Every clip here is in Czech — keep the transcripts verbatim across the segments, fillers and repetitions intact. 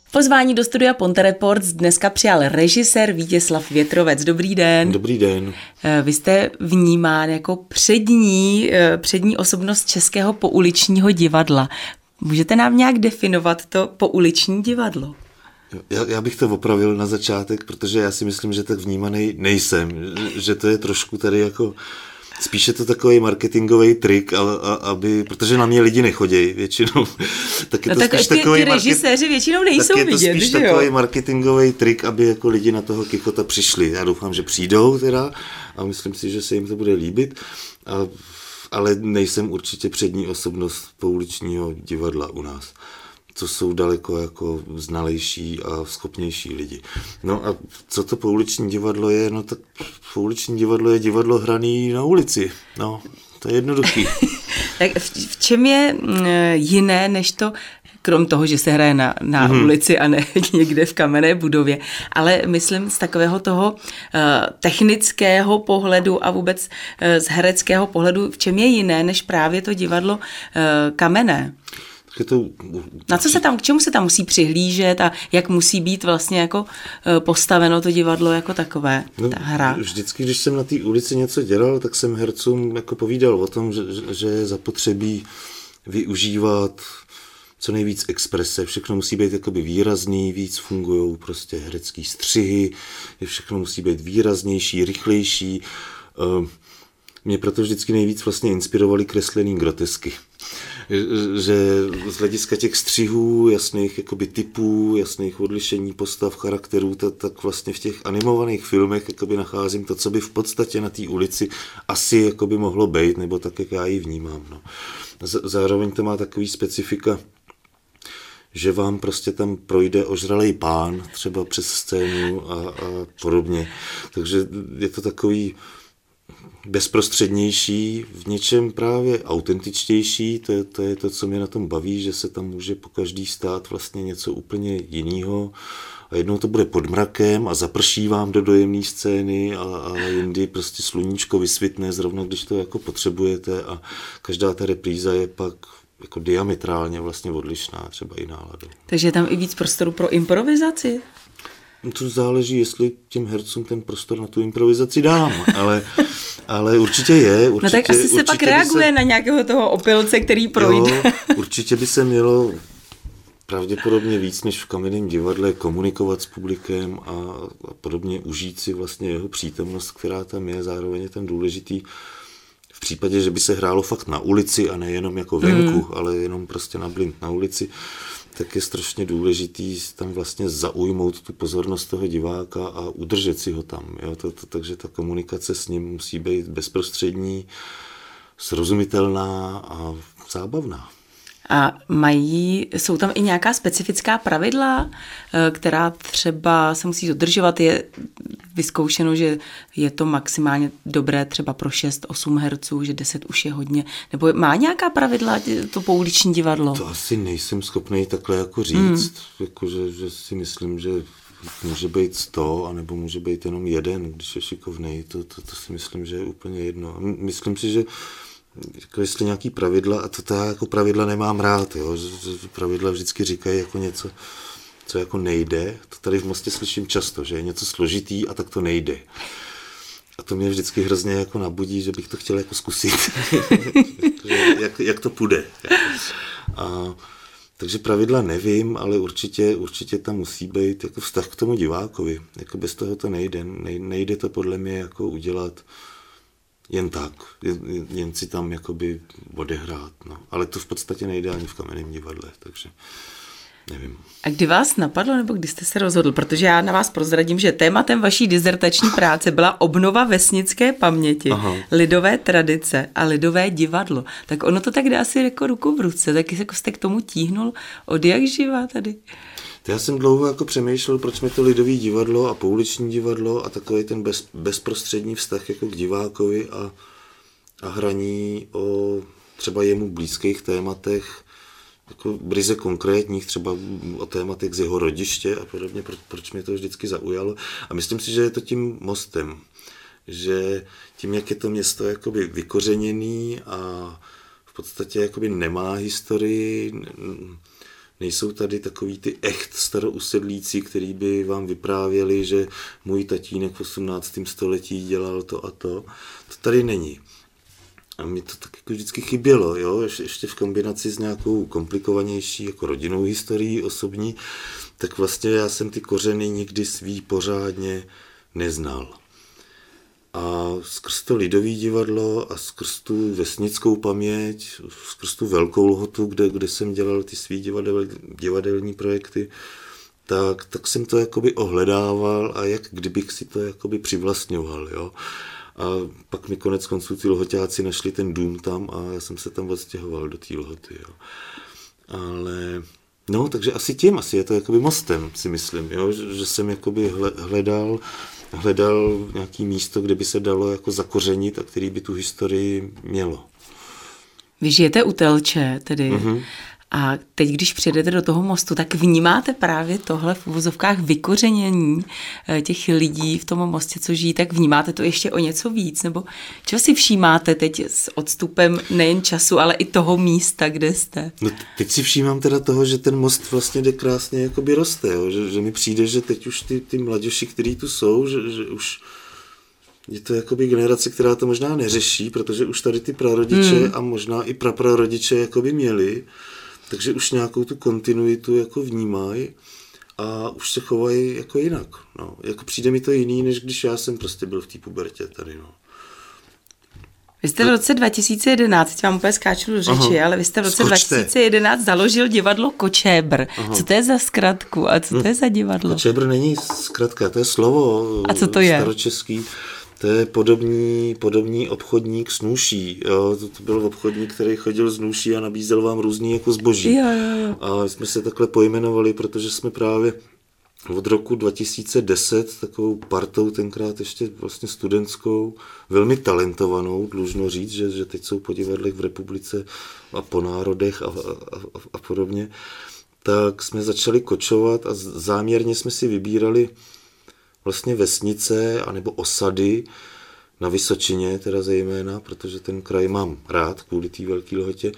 Pozvání do studia Ponte Reports dneska přijal režisér Vítězslav Větrovec. Dobrý den. Dobrý den. Vy jste vnímán jako přední, přední osobnost českého pouličního divadla. Můžete nám nějak definovat to pouliční divadlo? Já, já bych to opravil na začátek, protože já si myslím, že tak vnímaný nejsem. Že to je trošku tady jako... Spíše to takový marketingový trik, a, a, aby, protože na mě lidi nechodějí většinou. Tak je to no tak spíš ty, takový ty režiséři market... většinou nejsou vidět, vidět, je to spíš že takový jo? marketingový trik, aby jako lidi na toho Kichota přišli. Já doufám, že přijdou teda a myslím si, že se jim to bude líbit. A, ale nejsem určitě přední osobnost pouličního divadla u nás. To jsou daleko jako znalejší a schopnější lidi. No a co to pouliční divadlo je? No tak pouliční divadlo je divadlo hraný na ulici. No, to je jednoduchý. Tak v, v čem je jiné, než to, krom toho, že se hraje na, na mm-hmm. ulici a ne někde v kamenné budově, ale myslím z takového toho uh, technického pohledu a vůbec uh, z hereckého pohledu, v čem je jiné, než právě to divadlo uh, kamenné? To... Na co se tam, k čemu se tam musí přihlížet a jak musí být vlastně jako postaveno to divadlo jako takové, no, ta hra? Vždycky, když jsem na té ulici něco dělal, tak jsem hercům jako povídal o tom, že, že je zapotřebí využívat co nejvíc exprese, všechno musí být jakoby výrazný, víc fungujou prostě herecký střihy, všechno musí být výraznější, rychlejší. Mě proto vždycky nejvíc vlastně inspirovaly kreslený grotesky. Že z hlediska těch střihů, jasných jakoby typů, jasných odlišení postav, charakterů, tak, tak vlastně v těch animovaných filmech jakoby nacházím to, co by v podstatě na té ulici asi jakoby mohlo být, nebo tak, jak já ji vnímám. No. Zároveň to má takový specifika, že vám prostě tam projde ožralej pán, třeba přes scénu a, a podobně. Takže je to takový bezprostřednější, v něčem právě autentičtější, to je, to je to, co mě na tom baví, že se tam může po každý stát vlastně něco úplně jiného a jednou to bude pod mrakem a zaprší vám do dojemné scény a, a jindy prostě sluníčko vysvitne zrovna, když to jako potřebujete a každá ta repríza je pak jako diametrálně vlastně odlišná, třeba i náladou. Takže je tam i víc prostoru pro improvizaci? No to záleží, jestli těm hercům ten prostor na tu improvizaci dám, ale, ale určitě je. Určitě, no tak asi se pak reaguje se, na nějakého toho opilce, který projde. Jo, určitě by se mělo pravděpodobně víc než v kamenném divadle komunikovat s publikem a, a podobně užít si vlastně jeho přítomnost, která tam je, zároveň je tam důležitý v případě, že by se hrálo fakt na ulici a nejenom jako venku, mm. ale jenom prostě na blind na ulici, tak je strašně důležitý tam vlastně zaujmout tu pozornost toho diváka a udržet si ho tam. Jo? To, to, takže ta komunikace s ním musí být bezprostřední, srozumitelná a zábavná. A mají, jsou tam i nějaká specifická pravidla, která třeba se musí dodržovat? Je vyzkoušeno, že je to maximálně dobré třeba pro šest osm herců, že deset už je hodně. Nebo má nějaká pravidla to pouliční divadlo? To asi nejsem schopný takhle jako říct. Mm. Jako, že, že si myslím, že může být sto, anebo může být jenom jeden, když je šikovnej. To, to, to si myslím, že je úplně jedno. A myslím si, že jako jestli nějaký pravidla, a to, to já jako pravidla nemám rád, jo, že, že pravidla vždycky říkají jako něco, co jako nejde. To tady v Mostě slyším často, že je něco složitý a tak to nejde. A to mě vždycky hrozně jako nabudí, že bych to chtěl jako zkusit. jak, jak to půjde. A, takže pravidla nevím, ale určitě, určitě tam musí být jako vztah k tomu divákovi. Jako bez toho to nejde. Nejde to podle mě jako udělat jen tak, jen, jen si tam jakoby odehrát, no. Ale to v podstatě nejde ani v kamenném divadle, takže nevím. A kdy vás napadlo, nebo kdy jste se rozhodl? Protože já na vás prozradím, že tématem vaší dizertační práce byla obnova vesnické paměti, Aha. lidové tradice a lidové divadlo. Tak ono to tak dá asi jako ruku v ruce, tak jako jste k tomu tíhnul od jak živa tady? Já jsem dlouho jako přemýšlel, proč mi to lidové divadlo a pouliční divadlo a takový ten bez, bezprostřední vztah jako k divákovi a, a hraní o třeba jemu blízkých tématech, jako ryze konkrétních, třeba o tématech z jeho rodiště a podobně, proč, proč mě to vždycky zaujalo. A myslím si, že je to tím mostem, že tím, jak je to město jakoby vykořeněný a v podstatě jakoby nemá historii, Nejsou tady takový ty echt starousedlíci, který by vám vyprávěli, že můj tatínek v osmnáctém století dělal to a to. To tady není. A mi to tak jako vždycky chybělo, jo? Ješ, ještě v kombinaci s nějakou komplikovanější jako rodinnou historií osobní, tak vlastně já jsem ty kořeny nikdy svý pořádně neznal. A skrz to lidový divadlo a skrz tu vesnickou paměť, skrz tu Velkou Lhotu, kde, kde jsem dělal ty svý divadel, divadelní projekty, tak, tak jsem to jakoby ohledával a jak kdybych si to jakoby přivlastňoval, jo. A pak mi konec konců ty lhoťáci našli ten dům tam a já jsem se tam odstěhoval do té Lhoty, jo. Ale, no, takže asi tím, asi je to jakoby mostem, si myslím, jo, že, že jsem jakoby hledal, hledal nějaký místo, kde by se dalo jako zakořenit a který by tu historii mělo. Vy žijete u Telče, tedy. Mm-hmm. A teď, když přijedete do toho mostu, tak vnímáte právě tohle v uvozovkách vykořenění těch lidí v tom mostě, co žijí, tak vnímáte to ještě o něco víc? Nebo čeho si všímáte teď s odstupem nejen času, ale i toho místa, kde jste? No teď si všímám teda toho, že ten most vlastně jde krásně jakoby roste, jo? Že, že mi přijde, že teď už ty, ty mladěši, kteří tu jsou, že, že už je to jakoby generace, která to možná neřeší, protože už tady ty prarodiče hmm. a možná i praprarodiče jakoby měli, takže už nějakou tu kontinuitu jako vnímají a už se chovají jako jinak. No. Jako přijde mi to jiný, než když já jsem prostě byl v té pubertě tady. No. Vy jste v roce dva tisíce jedenáct, teď vám úplně skáču do řeči, Aha. ale vy jste v roce Skočte. dva tisíce jedenáct založil divadlo Kočébr. Aha. Co to je za zkratku a co to je za divadlo? Kočébr není zkratka, to je slovo a co to je? Staročeský. To je podobný, podobný obchodník s nůší. Jo? To, to byl obchodník, který chodil z nůší a nabízel vám různý jako zboží. Jo, jo, jo. A jsme se takhle pojmenovali, protože jsme právě od roku dva tisíce deset takovou partou, tenkrát ještě vlastně studentskou, velmi talentovanou, dlužno říct, že, že teď jsou po divadlech v republice a po národech a, a, a, a podobně, tak jsme začali kočovat a záměrně jsme si vybírali vlastně vesnice anebo osady na Vysočině, teda zejména, protože ten kraj mám rád kvůli té Velké Lhotě,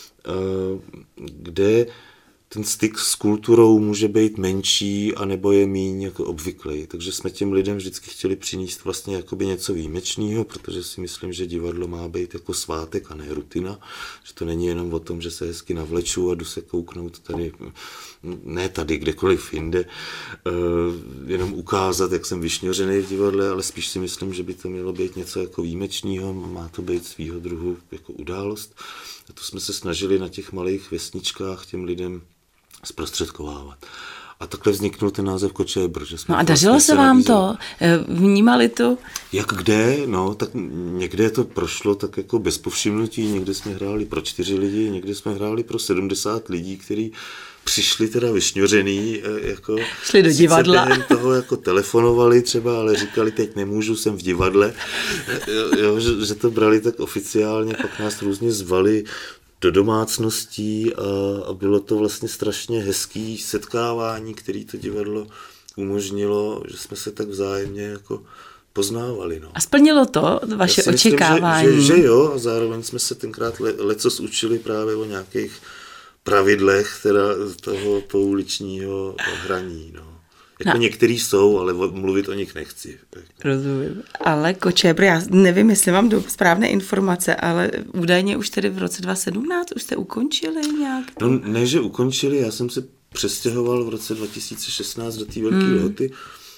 kde ten styk s kulturou může být menší anebo je míň jako obvyklý. Takže jsme těm lidem vždycky chtěli přinést vlastně jakoby něco výjimečného, protože si myslím, že divadlo má být jako svátek a ne rutina, že to není jenom o tom, že se hezky navleču a jdu se kouknout tady, ne tady, kdekoliv jinde, jenom ukázat, jak jsem vyšňořený v divadle, ale spíš si myslím, že by to mělo být něco jako výjimečného, má to být svýho druhu jako událost. A to jsme se snažili na těch malých vesničkách těm lidem zprostředkovávat. A takhle vzniknul ten název Kočébr. Že jsme no a dařilo se vám to? Vnímali to? Jak kde? No, tak někde to prošlo tak jako bez povšimnutí, někde jsme hráli pro čtyři lidi, někde jsme hráli pro sedmdesát lidí, kteří přišli teda vyšňořený, jako šli do divadla. Během toho jako telefonovali třeba, ale říkali, teď nemůžu, jsem v divadle. Jo, jo, že, že to brali tak oficiálně, pak nás různě zvali do domácností a, a bylo to vlastně strašně hezký setkávání, který to divadlo umožnilo, že jsme se tak vzájemně jako poznávali. No. A splnilo to vaše Já si očekávání? Myslím, že, že, že jo, a zároveň jsme se tenkrát le, lecos učili právě o nějakých pravidlech teda toho pouličního hraní. No. Jako no. Některý jsou, ale mluvit o nich nechci. Rozumím. Ale Kočébr, já nevím, jestli mám do správné informace, ale údajně už tedy v roce dva tisíce sedmnáct už jste ukončili nějak? To? No ne, že ukončili, já jsem se přestěhoval v roce dva tisíce šestnáct do té Velké hmm. Lhoty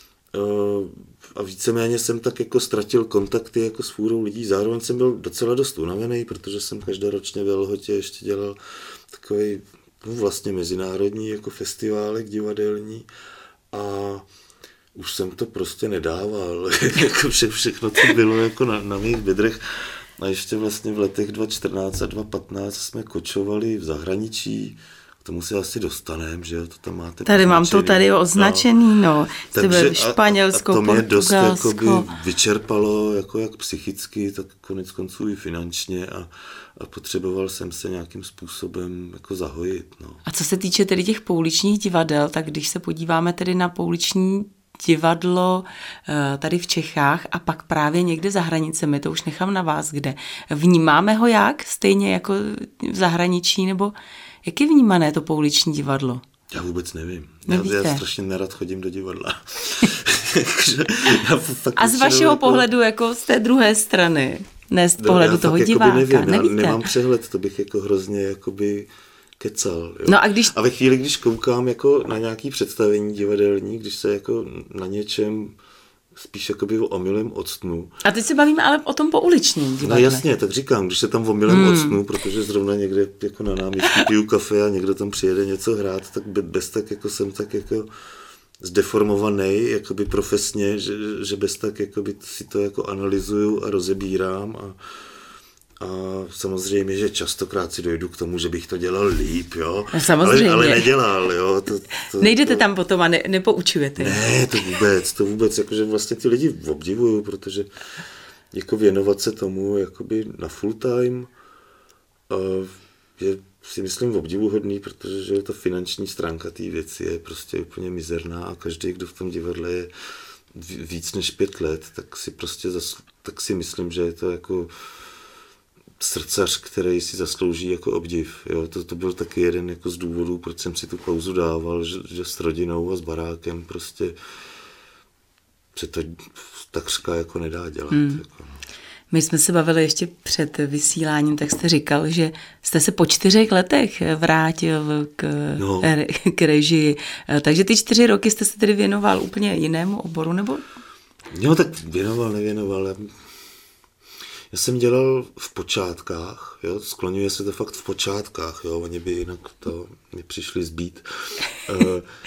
a víceméně jsem tak jako ztratil kontakty jako s fůrou lidí. Zároveň jsem byl docela dost unavený, protože jsem každoročně ve Lhotě ještě dělal takový no vlastně mezinárodní jako festiválek divadelní a už jsem to prostě nedával. Jako vše, všechno to bylo jako na, na mých bedrech. A ještě vlastně v letech dva tisíce čtrnáct a dva tisíce patnáct jsme kočovali v zahraničí. K tomu se asi dostaneme, že jo, to tam máte tady označený. Mám to tady označený, no. no. Jste byl v Španělsku, a, a to mě dost jakoby vyčerpalo, jako jak psychicky, tak konec konců i finančně a, a potřeboval jsem se nějakým způsobem jako zahojit, no. A co se týče tedy těch pouličních divadel, tak když se podíváme tedy na pouliční divadlo tady v Čechách a pak právě někde za hranicemi, to už nechám na vás, kde. Vnímáme ho jak? Stejně jako v zahraničí, nebo Jak je vnímané to pouliční divadlo? Já vůbec nevím. Nevíte? Já, já strašně nerad chodím do divadla. A z vašeho jako... pohledu jako z té druhé strany, ne z pohledu no, toho diváka, nevím, nevíte? Já nemám přehled, to bych jako hrozně jakoby kecal. Jo. No a, když... a ve chvíli, když koukám jako na nějaký představení divadelní, když se jako na něčem spíš jakoby omylem odstnu. A teď se bavíme ale o tom pouličním divadle. No jasně, tak říkám, když se tam omylem hmm. odstnu, protože zrovna někde jako na náměstí piju kafe a někdo tam přijede něco hrát, tak bez tak jako jsem tak jako zdeformovaný, jakoby profesně, že, že bez tak jakoby si to jako analyzuju a rozebírám a, a samozřejmě, že častokrát si dojdu k tomu, že bych to dělal líp, jo. Samozřejmě. Ale, ale nedělal, jo. To, to, Nejdete to, tam potom a ne, nepoučujete. Ne, to vůbec, to vůbec, jakože vlastně ty lidi obdivuju, protože jako věnovat se tomu jakoby na full time je si myslím obdivuhodný, protože že ta finanční stránka té věci je prostě úplně mizerná a každý, kdo v tom divadle je víc než pět let, tak si prostě zasl- tak si myslím, že je to jako srdcař, který si zaslouží jako obdiv. Jo? To, to byl taky jeden jako z důvodů, proč jsem si tu pauzu dával, že, že s rodinou a s barákem prostě se to takřka jako nedá dělat. Hmm. Jako, no. My jsme se bavili ještě před vysíláním, tak jste říkal, že jste se po čtyřech letech vrátil k, no. k režii. Takže ty čtyři roky jste se tedy věnoval úplně jinému oboru, nebo? No tak věnoval, nevěnoval. Já jsem dělal v počátkách, jo, skloňuje se to fakt v počátkách, jo, oni by jinak to nepřišli zbít. uh,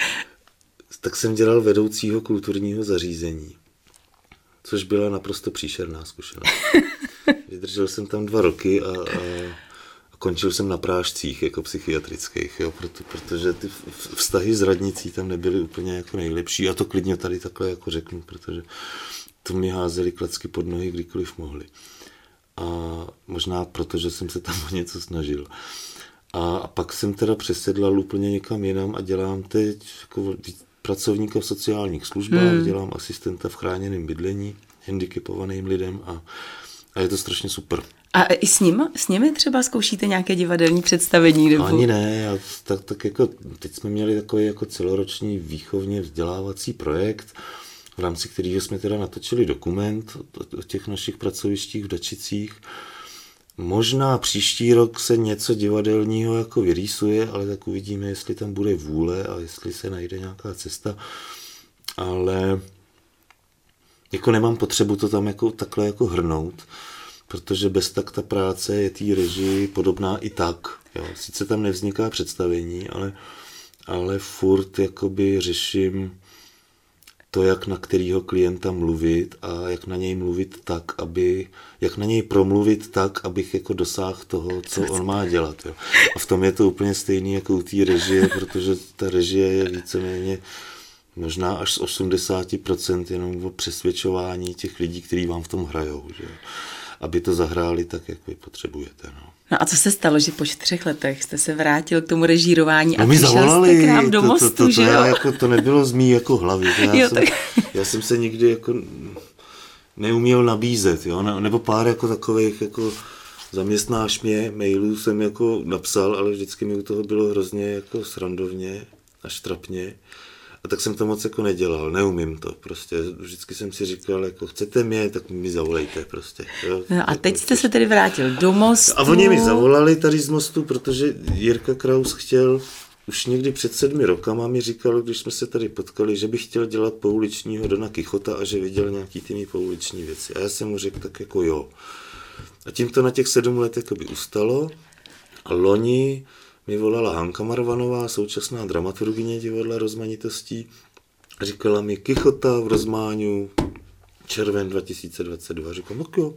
tak jsem dělal vedoucího kulturního zařízení, což byla naprosto příšerná zkušenost. Vydržel jsem tam dva roky a, a, a končil jsem na prášcích jako psychiatrických, jo, proto, protože ty vztahy s radnicí tam nebyly úplně jako nejlepší a to klidně tady takhle jako řeknu, protože to mi házeli klacky pod nohy kdykoliv mohli. A možná proto, že jsem se tam o něco snažil. A, a pak jsem teda přesedlal úplně někam jinam a dělám teď jako pracovníka v sociálních službách, hmm. dělám asistenta v chráněném bydlení handicapovaným lidem a, a je to strašně super. A i s ním, s nimi třeba zkoušíte nějaké divadelní představení? Nebo? Ani ne, já, tak, tak jako, teď jsme měli takový jako celoroční výchovně vzdělávací projekt, v rámci kterého jsme teda natočili dokument o těch našich pracovištích v Dačicích. Možná příští rok se něco divadelního jako vyrýsuje, ale tak uvidíme, jestli tam bude vůle a jestli se najde nějaká cesta. Ale jako nemám potřebu to tam jako takhle jako hrnout, protože bez tak ta práce je té režii podobná i tak. Jo. Sice tam nevzniká představení, ale, ale furt jakoby řeším to, jak na kterého klienta mluvit a jak na něj mluvit tak, aby, jak na něj promluvit tak, abych jako dosáhl toho, co on má dělat. Jo. A v tom je to úplně stejný jako u té režie, protože ta režie je víceméně možná až z osmdesát procent jenom o přesvědčování těch lidí, kteří vám v tom hrajou, že? Aby to zahráli tak, jak vy potřebujete. No. No a co se stalo, že po čtyřech letech jste se vrátil k tomu režírování a no přišel zavolali, jste k nám do to, Mostu, to, to, to, že jo? Já, jako, to nebylo z mý jako hlavy. Já, jo, jsem, tak... já jsem se nikdy jako neuměl nabízet, jo? Nebo pár jako takových jako zaměstnáš mě, mailů jsem jako napsal, ale vždycky mi u toho bylo hrozně jako srandovně až trapně. A tak jsem to moc jako nedělal, neumím to prostě. Vždycky jsem si říkal, jako chcete mě, tak mi zavolejte prostě. Jo? No a teď jste se tedy vrátil do Mostu. A oni mi zavolali tady z Mostu, protože Jirka Kraus chtěl, už někdy před sedmi rokama mi říkal, když jsme se tady potkali, že by chtěl dělat pouličního Dona Kichota a že viděl nějaký ty pouliční věci. A já jsem mu řekl tak jako jo. A tím to na těch sedm let jakoby ustalo a loni mi volala Hanka Marvanová, současná dramaturgyně divadla Rozmanitostí, a říkala mi Kichota v Rozmáňu, červen dva tisíce dvacet dva. Říkám, no jo,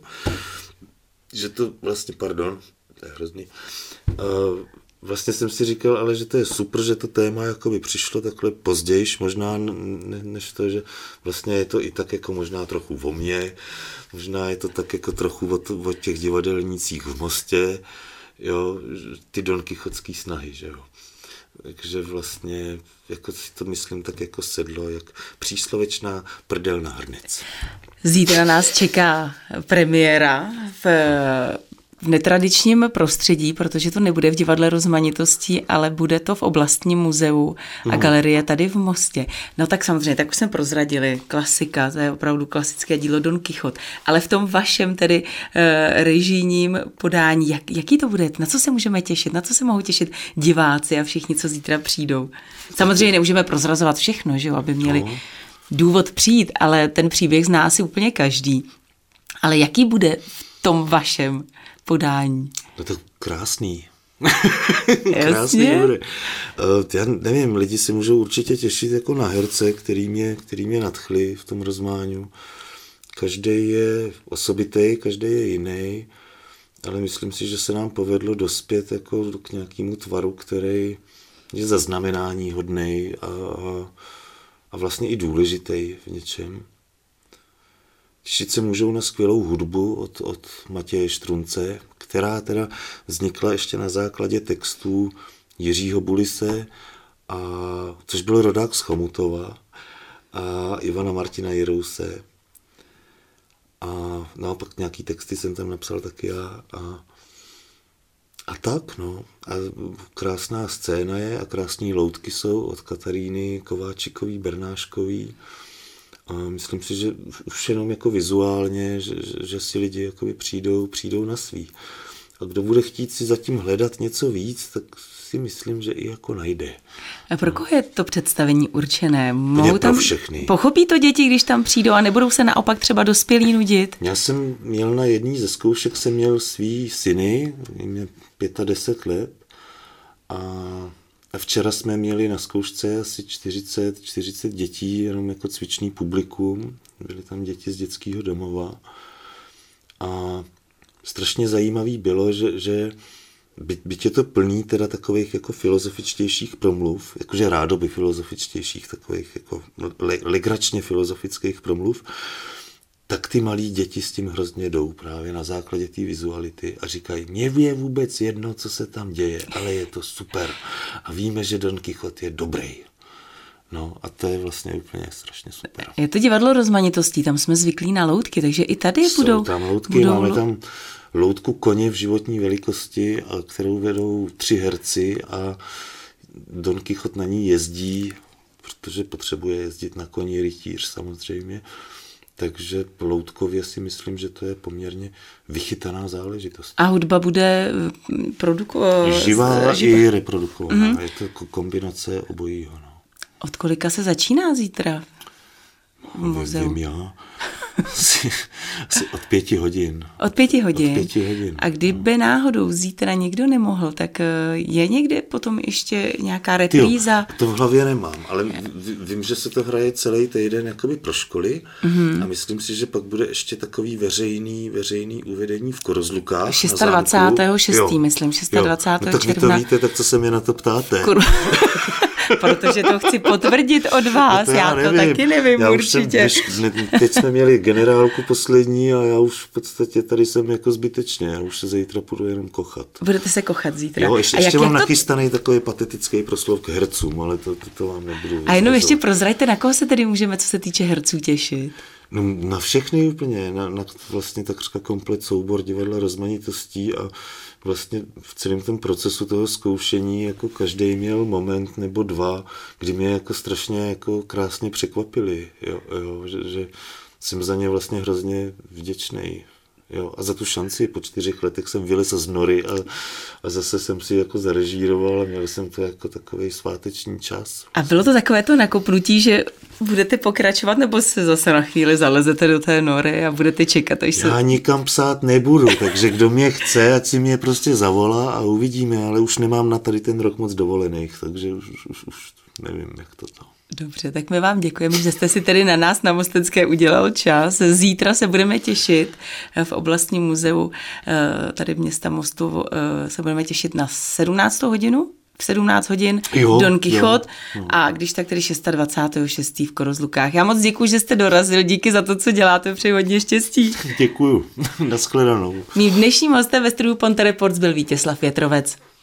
že to vlastně, pardon, to je hrozný. Uh, vlastně jsem si říkal, ale že to je super, že to téma jakoby přišlo takhle pozdějiš, možná ne, než to, že vlastně je to i tak jako možná trochu o mně, možná je to tak jako trochu o, o těch divadelnících v Mostě, jo, ty Don Kichotský snahy, že jo. Takže vlastně, jako si to myslím, tak jako sedlo, jak příslovečná prdel na hrnec. Zítra nás čeká premiéra v v netradičním prostředí, protože to nebude v divadle rozmanitostí, ale bude to v oblastním muzeu a galerie tady v Mostě. No tak samozřejmě, tak už jsme prozradili, klasika, to je opravdu klasické dílo Don Quixote, ale v tom vašem tedy e, režijním podání, jak, jaký to bude, na co se můžeme těšit, na co se mohou těšit diváci a všichni, co zítra přijdou. Samozřejmě nemůžeme prozrazovat všechno, že jo, aby měli no. důvod přijít, ale ten příběh zná asi úplně každý. Ale jaký bude v tom vašem podání? No to krásný. Krásný bude. Já nevím, lidi se můžou určitě těšit jako na herce, který mě, který mě nadchli v tom rozmáňu. Každý je osobitý, každý je jiný, ale myslím si, že se nám povedlo dospět jako k nějakému tvaru, který je zaznamenání hodnej a, a, a vlastně i důležitý v něčem. Těšit se můžou na skvělou hudbu od, od Matěje Štrunce, která teda vznikla ještě na základě textů Jiřího Bulise, a, což byl rodák z Chomutova, a Ivana Martina Jirouse. A naopak nějaký texty jsem tam napsal taky já. A, a tak, no. A krásná scéna je a krásný loutky jsou od Kataríny Kováčikový, Bernáškový. A myslím si, že už jenom jako vizuálně, že, že si lidi jakoby přijdou, přijdou na svý. A kdo bude chtít si zatím hledat něco víc, tak si myslím, že i jako najde. A pro koho je to představení určené? Mohou tam, pro všechny. Pochopí to děti, když tam přijdou a nebudou se naopak třeba dospělí nudit? Já jsem měl na jedný ze zkoušek, jsem měl svý syny, jim je deset pět let, a A včera jsme měli na zkoušce asi čtyřicet čtyřicet dětí, jenom jako cvičný publikum. Byly tam děti z dětského domova. A strašně zajímavý bylo, že, že by, byť je to plný teda takových jako filozofičtějších promluv, jakože rádoby filozofičtějších, takových jako le, legračně filozofických promluv, tak ty malí děti s tím hrozně jdou právě na základě té vizuality a říkají, mně je vůbec jedno, co se tam děje, ale je to super. A víme, že Don Quixote je dobrý. No a to je vlastně úplně strašně super. Je to divadlo rozmanitostí, tam jsme zvyklí na loutky, takže i tady Jsou budou... tam loutky, budou... máme tam loutku Koně v životní velikosti, kterou vedou tři herci a Don Quixote na ní jezdí, protože potřebuje jezdit na koni rytíř samozřejmě. Takže loutkově si myslím, že to je poměrně vychytaná záležitost. A hudba bude produkovaná? Živá i reprodukovaná. Mm-hmm. Je to kombinace obojího. No. Od kolika se začíná zítra v muzeu? Vím já. Asi, asi od pěti hodin. Od pěti hodin. Od pěti hodin. A kdyby no. náhodou zítra někdo nemohl, tak je někde potom ještě nějaká repríza? Tyjo, to v hlavě nemám, ale vím, že se to hraje celý týden jakoby pro školy mm-hmm. a myslím si, že pak bude ještě takový veřejný, veřejný uvedení v Korozlukách. dvacátého šestého Jo. myslím, dvacátého šestého No tak června. vy to víte, tak co se mě na to ptáte? Kur... Protože to chci potvrdit od vás, no to já, já to nevím. taky nevím já určitě. Jsem, teď jsme měli generálku poslední a já už v podstatě tady jsem jako zbytečně, já už se zítra půjdu jenom kochat. Budete se kochat zítra. Jo, ještě, a jak, ještě jak mám to... nachystaný takový patetický proslov k hercům, ale to, to, to vám nebudu. A jenom ještě prozraďte, na koho se tedy můžeme, co se týče herců, těšit? No, na všechny úplně, na, na vlastně takřka komplet soubor divadla rozmanitostí a vlastně v celém tom procesu toho zkoušení jako každý měl moment nebo dva, kdy mě jako strašně jako krásně překvapili, jo, jo, že, že jsem za ně vlastně hrozně vděčnej. Jo, a za tu šanci po čtyřech letech jsem vylezl z nory a, a zase jsem si jako zarežíroval a měl jsem to jako takovej sváteční čas. A bylo to takové to nakopnutí, že budete pokračovat, nebo se zase na chvíli zalezete do té nory a budete čekat, až se... Já nikam psát nebudu, takže kdo mě chce, ať si mě prostě zavolá a uvidíme, ale už nemám na tady ten rok moc dovolených, takže už, už, už nevím, jak to to. Dobře, tak my vám děkujeme, že jste si tedy na nás na Mostecké udělal čas. Zítra se budeme těšit v oblastním muzeu tady města Mostu, se budeme těšit na sedmnáctou hodinu, v sedmnáct hodin jo, Don Quixote jo, jo. A když tak tedy dvacátého šestého šestého v Korozlukách. Já moc děkuji, že jste dorazil, díky za to, co děláte, přeji hodně štěstí. Děkuju, nashledanou. Mým dnešním hostem ve studiu Ponte Reports byl Vítězslav Větrovec.